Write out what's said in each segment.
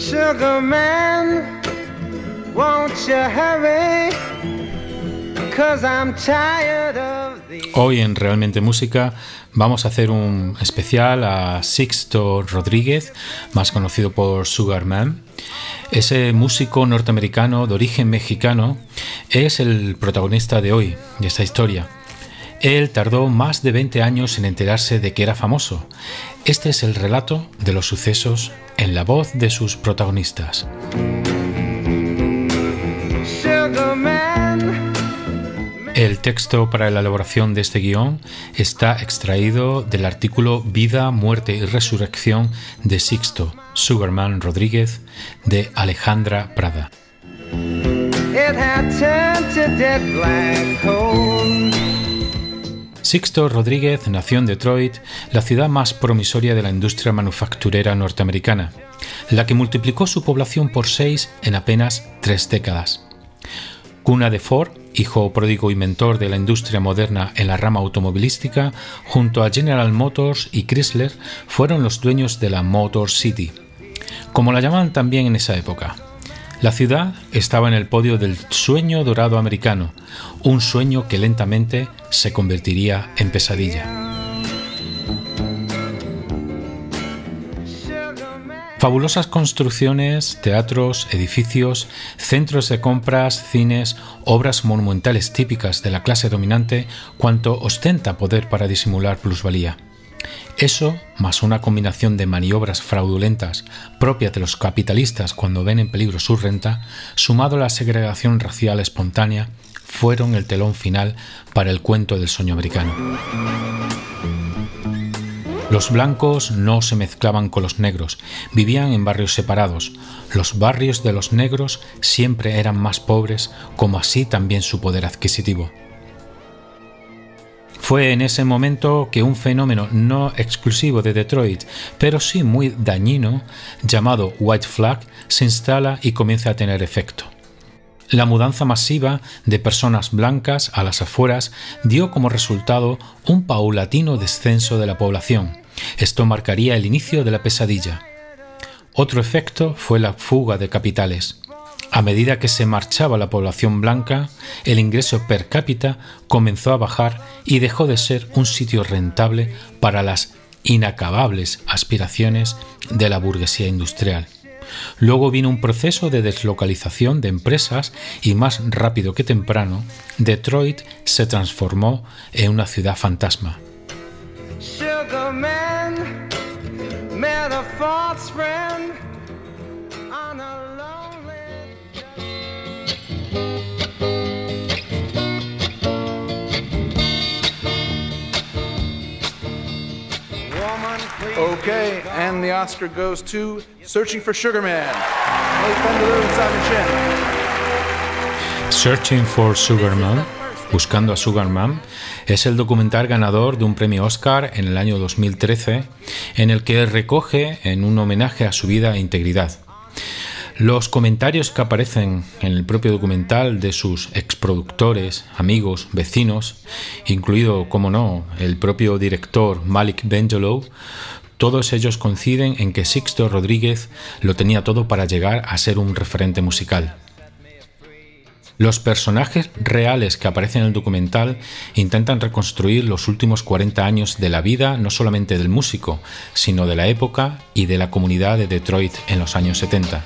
Sugar man, won't you hurry? 'Cause I'm tired of the... Hoy en Realmente Música vamos a hacer un especial a Sixto Rodríguez, más conocido por Sugar Man. Ese músico norteamericano de origen mexicano es el protagonista de hoy, de esta historia. Él tardó más de 20 años en enterarse de que era famoso. Este es el relato de los sucesos en la voz de sus protagonistas. El texto para la elaboración de este guión está extraído del artículo Vida, Muerte y Resurrección de Sixto Sugarman Rodríguez de Alejandra Prada. Sixto Rodríguez nació en Detroit, la ciudad más promisoria de la industria manufacturera norteamericana, la que multiplicó su población por 6 en apenas 3 décadas. Cuna de Ford, hijo pródigo y mentor de la industria moderna en la rama automovilística, junto a General Motors y Chrysler, fueron los dueños de la Motor City, como la llamaban también en esa época. La ciudad estaba en el podio del sueño dorado americano, un sueño que lentamente se convertiría en pesadilla. Fabulosas construcciones, teatros, edificios, centros de compras, cines, obras monumentales típicas de la clase dominante, cuanto ostenta poder para disimular plusvalía. Eso, más una combinación de maniobras fraudulentas propias de los capitalistas cuando ven en peligro su renta, sumado a la segregación racial espontánea, fueron el telón final para el cuento del sueño americano. Los blancos no se mezclaban con los negros, vivían en barrios separados. Los barrios de los negros siempre eran más pobres, como así también su poder adquisitivo. Fue en ese momento que un fenómeno no exclusivo de Detroit, pero sí muy dañino, llamado White Flag, se instala y comienza a tener efecto. La mudanza masiva de personas blancas a las afueras dio como resultado un paulatino descenso de la población. Esto marcaría el inicio de la pesadilla. Otro efecto fue la fuga de capitales. A medida que se marchaba la población blanca, el ingreso per cápita comenzó a bajar y dejó de ser un sitio rentable para las inacabables aspiraciones de la burguesía industrial. Luego vino un proceso de deslocalización de empresas y más rápido que temprano, Detroit se transformó en una ciudad fantasma. Okay, and the Oscar goes to Searching for Sugar Man. Searching for Sugar Man, Buscando a Sugar Man, es el documental ganador de un premio Oscar en el año 2013, en el que recoge en un homenaje a su vida e integridad. Los comentarios que aparecen en el propio documental de sus exproductores, amigos, vecinos, incluido, como no, el propio director Malik Bendjelloul, todos ellos coinciden en que Sixto Rodríguez lo tenía todo para llegar a ser un referente musical. Los personajes reales que aparecen en el documental intentan reconstruir los últimos 40 años de la vida no solamente del músico, sino de la época y de la comunidad de Detroit en los años 70.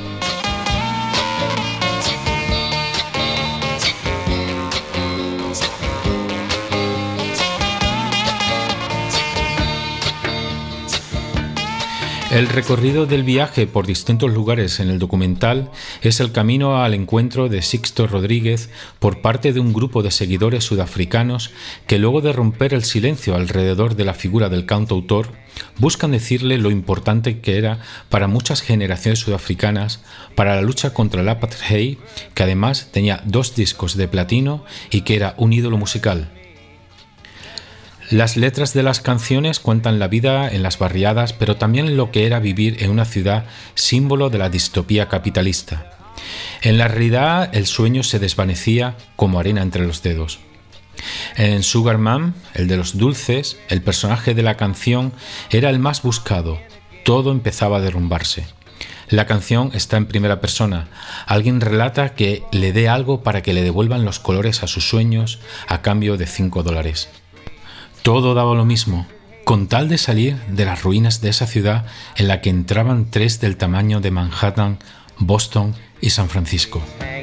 El recorrido del viaje por distintos lugares en el documental es el camino al encuentro de Sixto Rodríguez por parte de un grupo de seguidores sudafricanos que, luego de romper el silencio alrededor de la figura del cantautor, buscan decirle lo importante que era para muchas generaciones sudafricanas para la lucha contra el apartheid, que además tenía 2 discos de platino y que era un ídolo musical. Las letras de las canciones cuentan la vida en las barriadas, pero también lo que era vivir en una ciudad símbolo de la distopía capitalista. En la realidad, el sueño se desvanecía como arena entre los dedos. En Sugar Man, el de los dulces, el personaje de la canción era el más buscado. Todo empezaba a derrumbarse. La canción está en primera persona. Alguien relata que le dé algo para que le devuelvan los colores a sus sueños a cambio de $5. Todo daba lo mismo, con tal de salir de las ruinas de esa ciudad en la que entraban 3 del tamaño de Manhattan, Boston y San Francisco.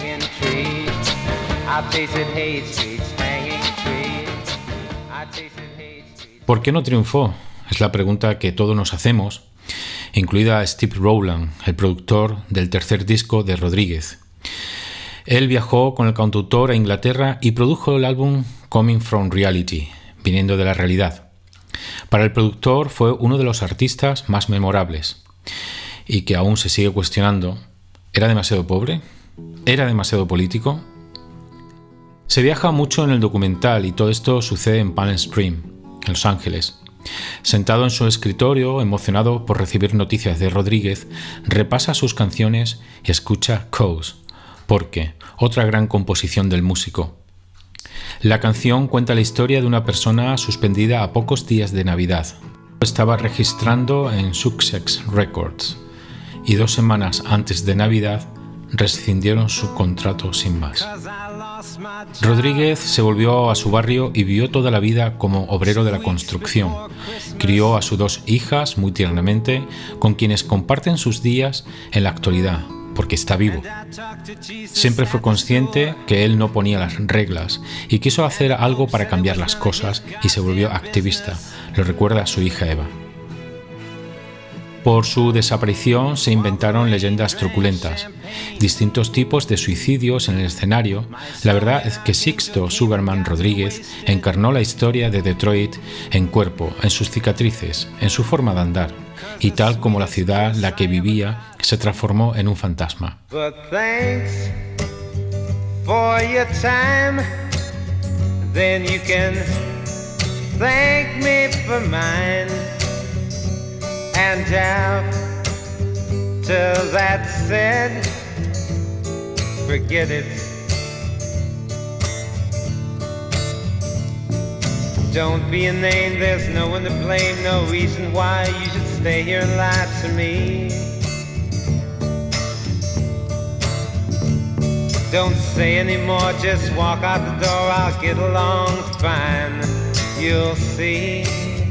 ¿Por qué no triunfó? Es la pregunta que todos nos hacemos, incluida Steve Rowland, el productor del tercer disco de Rodríguez. Él viajó con el cantautor a Inglaterra y produjo el álbum Coming From Reality, viniendo de la realidad. Para el productor fue uno de los artistas más memorables y que aún se sigue cuestionando. ¿Era demasiado pobre? ¿Era demasiado político? Se viaja mucho en el documental y todo esto sucede en Palm Springs, en Los Ángeles. Sentado en su escritorio, emocionado por recibir noticias de Rodríguez, repasa sus canciones y escucha Coast, porque otra gran composición del músico. La canción cuenta la historia de una persona suspendida a pocos días de Navidad. Estaba registrando en Sussex Records y 2 semanas antes de Navidad rescindieron su contrato sin más. Rodríguez se volvió a su barrio y vivió toda la vida como obrero de la construcción. Crió a sus 2 hijas muy tiernamente, con quienes comparten sus días en la actualidad, porque está vivo. Siempre fue consciente que él no ponía las reglas y quiso hacer algo para cambiar las cosas y se volvió activista, lo recuerda su hija Eva. Por su desaparición se inventaron leyendas truculentas, distintos tipos de suicidios en el escenario. La verdad es que Sixto Sugarman Rodríguez encarnó la historia de Detroit en cuerpo, en sus cicatrices, en su forma de andar, y tal como la ciudad en la que vivía se transformó en un fantasma. But thanks for your time, then you can thank me for mine. And after that said, forget it. Don't be a name, there's no one to blame, no reason why you should stay here and lie to me. Don't say anymore, just walk out the door, I'll get along fine, you'll see.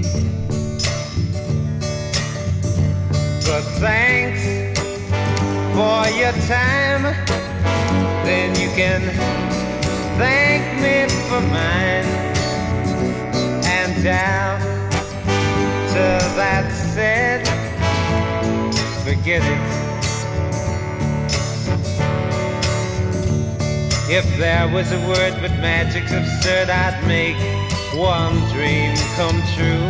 But thanks for your time, then you can thank me for mine. And after that said, forget it. If there was a word but magic's absurd, I'd make one dream come true.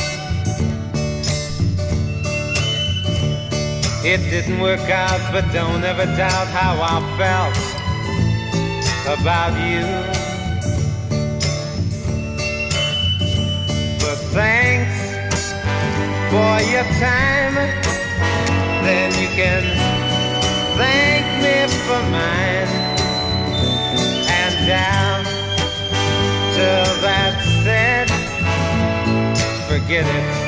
It didn't work out, but don't ever doubt how I felt about you. But thanks for your time, then you can thank me for mine. And down till that said, forget it.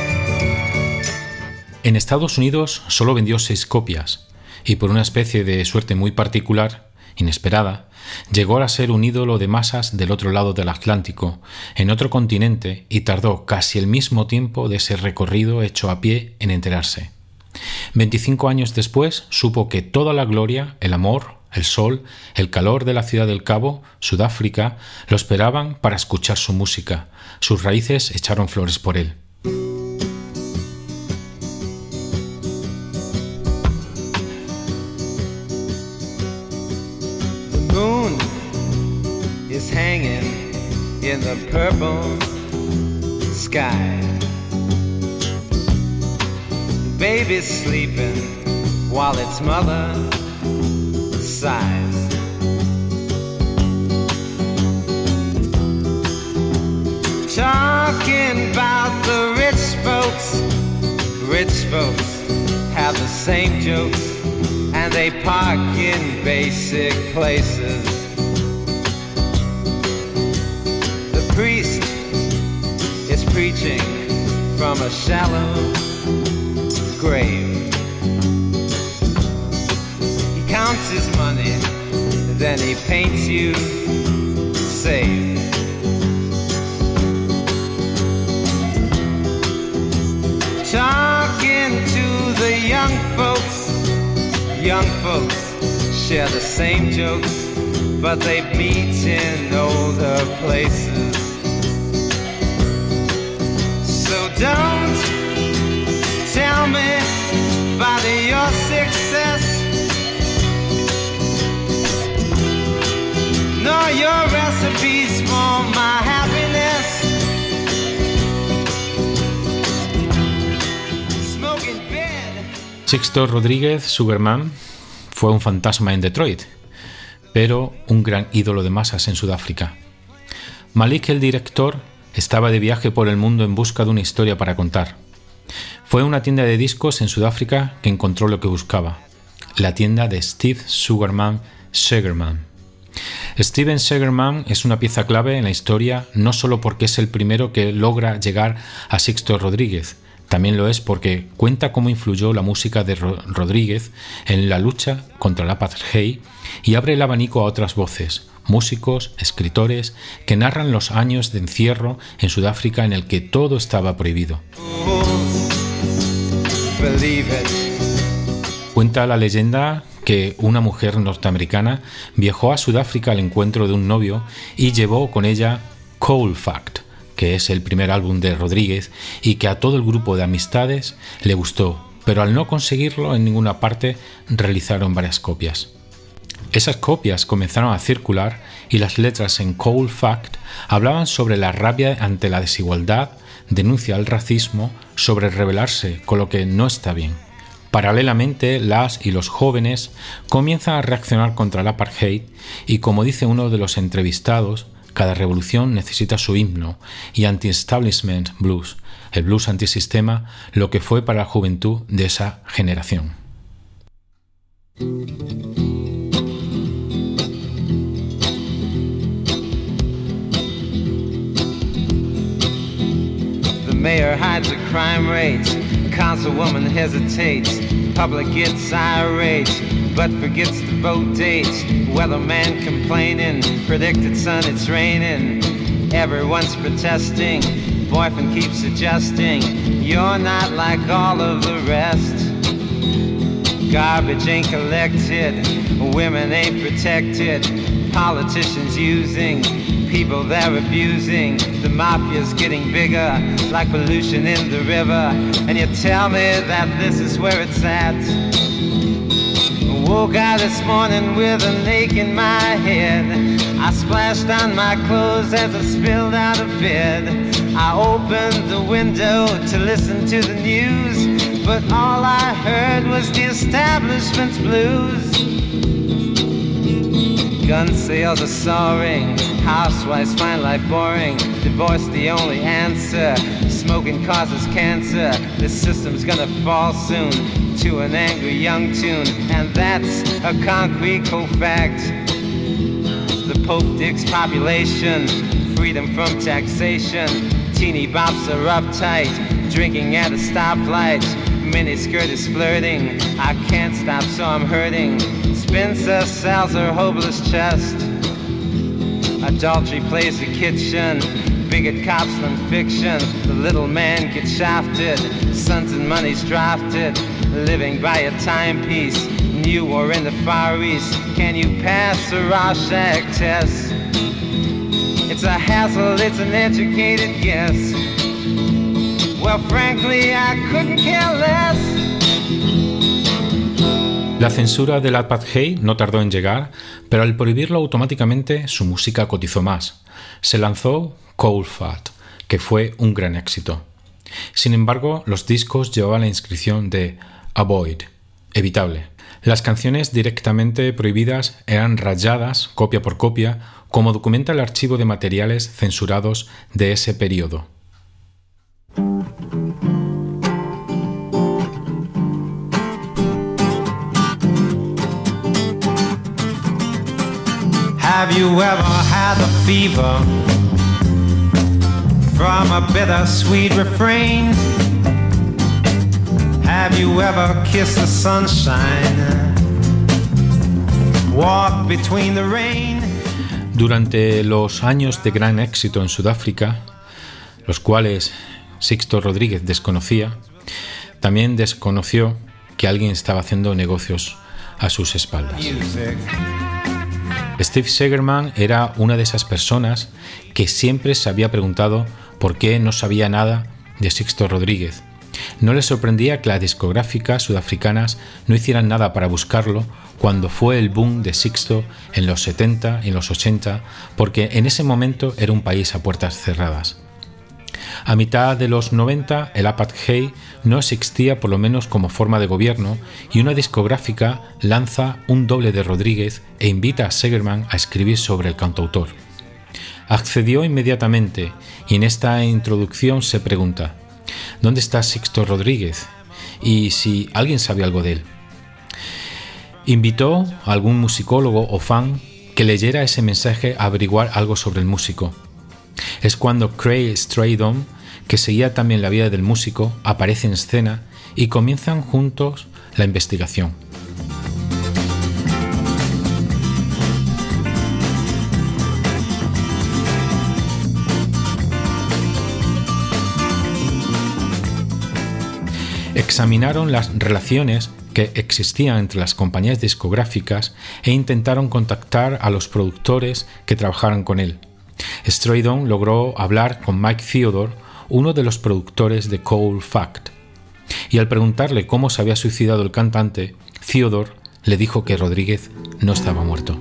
En Estados Unidos solo vendió 6 copias y por una especie de suerte muy particular, inesperada, llegó a ser un ídolo de masas del otro lado del Atlántico, en otro continente, y tardó casi el mismo tiempo de ese recorrido hecho a pie en enterarse. 25 años después supo que toda la gloria, el amor, el sol, el calor de la ciudad del Cabo, Sudáfrica, lo esperaban para escuchar su música. Sus raíces echaron flores por él. Hanging in the purple sky. The baby's sleeping while its mother sighs. Talking about the rich folks have the same jokes, and they park in basic places. Priest is preaching from a shallow grave. money, then he paints you safe. Talking to the young folks share the same jokes, but they meet in older places. So don't tell me about your success, nor your recipes for my happiness. Smoking bed. Sixto Rodríguez, Sugarman, fue un fantasma en Detroit, pero un gran ídolo de masas en Sudáfrica. Malik, el director, estaba de viaje por el mundo en busca de una historia para contar. Fue a una tienda de discos en Sudáfrica que encontró lo que buscaba, la tienda de Steve Sugarman Sugarman. Steven Sugarman es una pieza clave en la historia, no solo porque es el primero que logra llegar a Sixto Rodríguez, también lo es porque cuenta cómo influyó la música de Rodríguez en la lucha contra el apartheid y abre el abanico a otras voces, músicos, escritores, que narran los años de encierro en Sudáfrica en el que todo estaba prohibido. Cuenta la leyenda que una mujer norteamericana viajó a Sudáfrica al encuentro de un novio y llevó con ella Cold Fact, que es el primer álbum de Rodríguez y que a todo el grupo de amistades le gustó, pero al no conseguirlo en ninguna parte realizaron varias copias. Esas copias comenzaron a circular y las letras en Cold Fact hablaban sobre la rabia ante la desigualdad, denuncia al racismo, sobre rebelarse con lo que no está bien. Paralelamente, las y los jóvenes comienzan a reaccionar contra el apartheid y, como dice uno de los entrevistados, cada revolución necesita su himno y anti-establishment blues, el blues antisistema, lo que fue para la juventud de esa generación. The mayor hides the crime rates, councilwoman hesitates, public gets irate, but forgets the vote dates. Weatherman complaining, predicted sun it's raining. Everyone's protesting, boyfriend keeps adjusting. You're not like all of the rest. Garbage ain't collected, women ain't protected. Politicians using people they're abusing. The mafia's getting bigger, like pollution in the river. And you tell me that this is where it's at. Woke out this morning with an ache in my head. I splashed on my clothes as I spilled out of bed. I opened the window to listen to the news, but all I heard was the establishment's blues. Gun sales are soaring, housewives find life boring. Divorce the only answer, smoking causes cancer. This system's gonna fall soon to an angry young tune, and that's a concrete cold fact. The Pope digs population, freedom from taxation. Teeny bops are uptight, drinking at a stoplight. Miniskirt is flirting, I can't stop so I'm hurting. Spencer sells her hopeless chest. Adultery plays the kitchen, bigot cops than fiction. The little man gets shafted, sons and money's drafted. Living by a timepiece, new or in the Far East. Can you pass a Rorschach test? It's a hassle, it's an educated guess. Well, frankly, I couldn't care less. La censura del apartheid no tardó en llegar, pero al prohibirlo automáticamente su música cotizó más. Se lanzó Cold Fact, que fue un gran éxito. Sin embargo, los discos llevaban la inscripción de Avoid, evitable. Las canciones directamente prohibidas eran rayadas copia por copia, como documenta el archivo de materiales censurados de ese periodo. Have you ever had a fever from a bittersweet refrain? Have you ever kissed the sunshine walk between the rain. Durante los años de gran éxito en Sudáfrica, los cuales Sixto Rodríguez desconocía, también desconoció que alguien estaba haciendo negocios a sus espaldas. Steve Segerman era una de esas personas que siempre se había preguntado por qué no sabía nada de Sixto Rodríguez. No le sorprendía que las discográficas sudafricanas no hicieran nada para buscarlo cuando fue el boom de Sixto en los 70 y en los 80, porque en ese momento era un país a puertas cerradas. A mitad de los 90, el apartheid no existía, por lo menos como forma de gobierno, y una discográfica lanza un doble de Rodríguez e invita a Segerman a escribir sobre el cantautor. Accedió inmediatamente y en esta introducción se pregunta: ¿dónde está Sixto Rodríguez? Y si alguien sabe algo de él. Invitó a algún musicólogo o fan que leyera ese mensaje a averiguar algo sobre el músico. Es cuando Craig Straydon, que seguía también la vida del músico, aparece en escena y comienzan juntos la investigación. Examinaron las relaciones que existían entre las compañías discográficas e intentaron contactar a los productores que trabajaran con él. Straydon logró hablar con Mike Theodore, uno de los productores de Cold Fact, y al preguntarle cómo se había suicidado el cantante, Theodore le dijo que Rodríguez no estaba muerto.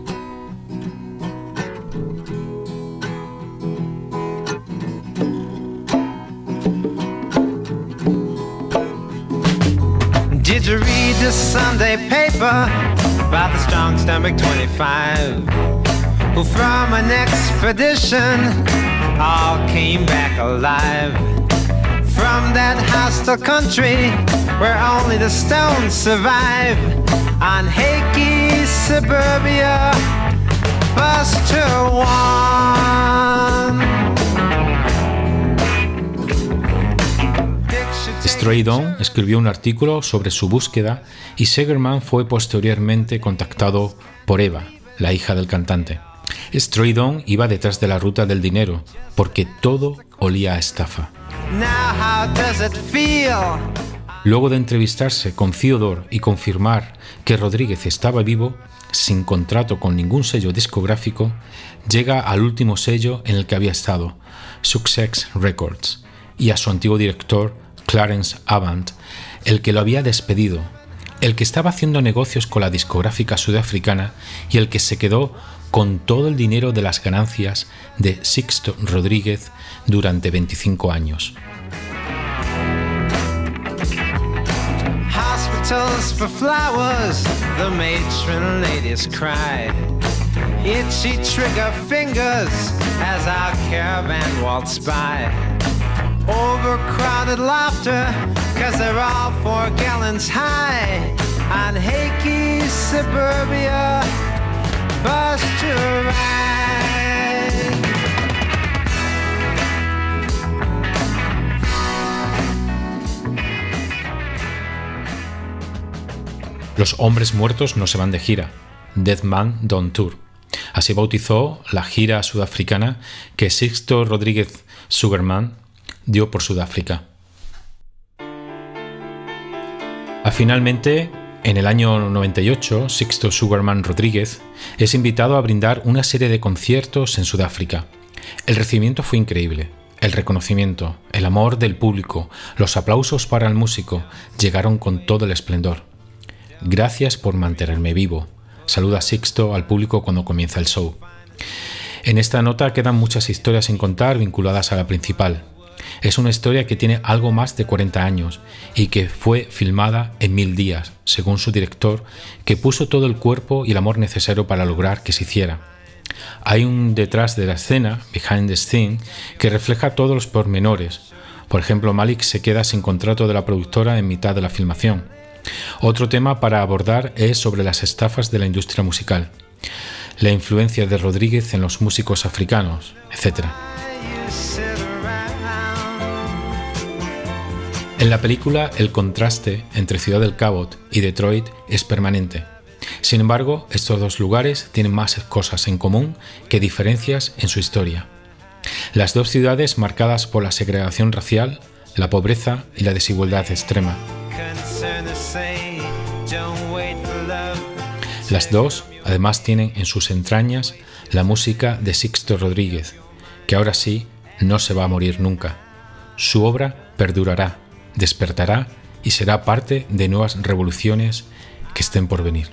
Did you read the Sunday paper about the strong stomach 25 who from an expedition all came back alive from that hostile country where only the stones survive on Hakey suburbia bus to one. Straydon escribió un artículo sobre su búsqueda y Segerman fue posteriormente contactado por Eva, la hija del cantante. Straydon iba detrás de la ruta del dinero porque todo olía a estafa. Luego de entrevistarse con Theodore y confirmar que Rodríguez estaba vivo, sin contrato con ningún sello discográfico, llega al último sello en el que había estado, Success Records, y a su antiguo director, Clarence Avant, el que lo había despedido, el que estaba haciendo negocios con la discográfica sudafricana y el que se quedó con todo el dinero de las ganancias de Sixto Rodríguez durante 25 años. Hospitals for flowers, the matron ladies cried. Itchy trigger fingers as our caravan waltzed by. Overcrowded laughter, cause they're all 4 gallons high. On Hakey suburbia, bus to ride. Los hombres muertos no se van de gira. Dead Man Don't Tour. Así bautizó la gira sudafricana que Sixto Rodríguez Sugerman dio por Sudáfrica. Finalmente, en el año 98, Sixto Sugerman Rodríguez es invitado a brindar una serie de conciertos en Sudáfrica. El recibimiento fue increíble. El reconocimiento, el amor del público, los aplausos para el músico llegaron con todo el esplendor. Gracias por mantenerme vivo. Saluda Sixto al público cuando comienza el show. En esta nota quedan muchas historias sin contar vinculadas a la principal. Es una historia que tiene algo más de 40 años y que fue filmada en 1000 días, según su director, que puso todo el cuerpo y el amor necesario para lograr que se hiciera. Hay un detrás de la escena, behind the scene, que refleja todos los pormenores. Por ejemplo, Malik se queda sin contrato de la productora en mitad de la filmación. Otro tema para abordar es sobre las estafas de la industria musical, la influencia de Rodríguez en los músicos africanos, etc. En la película, el contraste entre Ciudad del Cabo y Detroit es permanente. Sin embargo, estos dos lugares tienen más cosas en común que diferencias en su historia. Las dos ciudades marcadas por la segregación racial, la pobreza y la desigualdad extrema. Las dos, además, tienen en sus entrañas la música de Sixto Rodríguez, que ahora sí no se va a morir nunca. Su obra perdurará, despertará y será parte de nuevas revoluciones que estén por venir.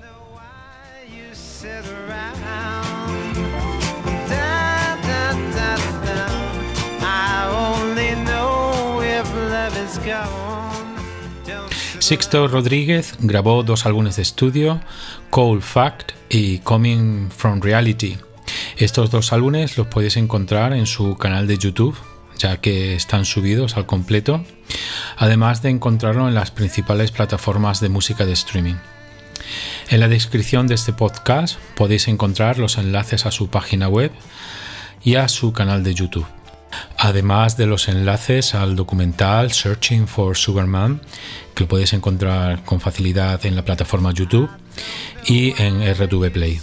Sixto Rodríguez grabó 2 álbumes de estudio, Cold Fact y Coming from Reality. Estos 2 álbumes los podéis encontrar en su canal de YouTube, ya que están subidos al completo, además de encontrarlo en las principales plataformas de música de streaming. En la descripción de este podcast podéis encontrar los enlaces a su página web y a su canal de YouTube, además de los enlaces al documental Searching for Sugar Man, que lo podéis encontrar con facilidad en la plataforma YouTube y en RTV Play.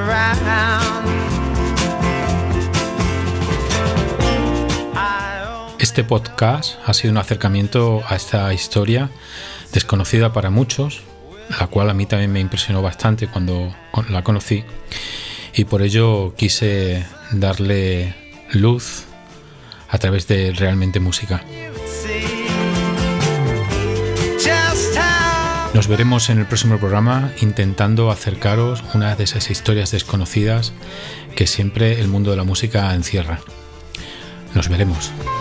Este podcast ha sido un acercamiento a esta historia desconocida para muchos, la cual a mí también me impresionó bastante cuando la conocí, y por ello quise darle luz a través de Realmente Música. Nos veremos en el próximo programa intentando acercaros una de esas historias desconocidas que siempre el mundo de la música encierra. Nos veremos.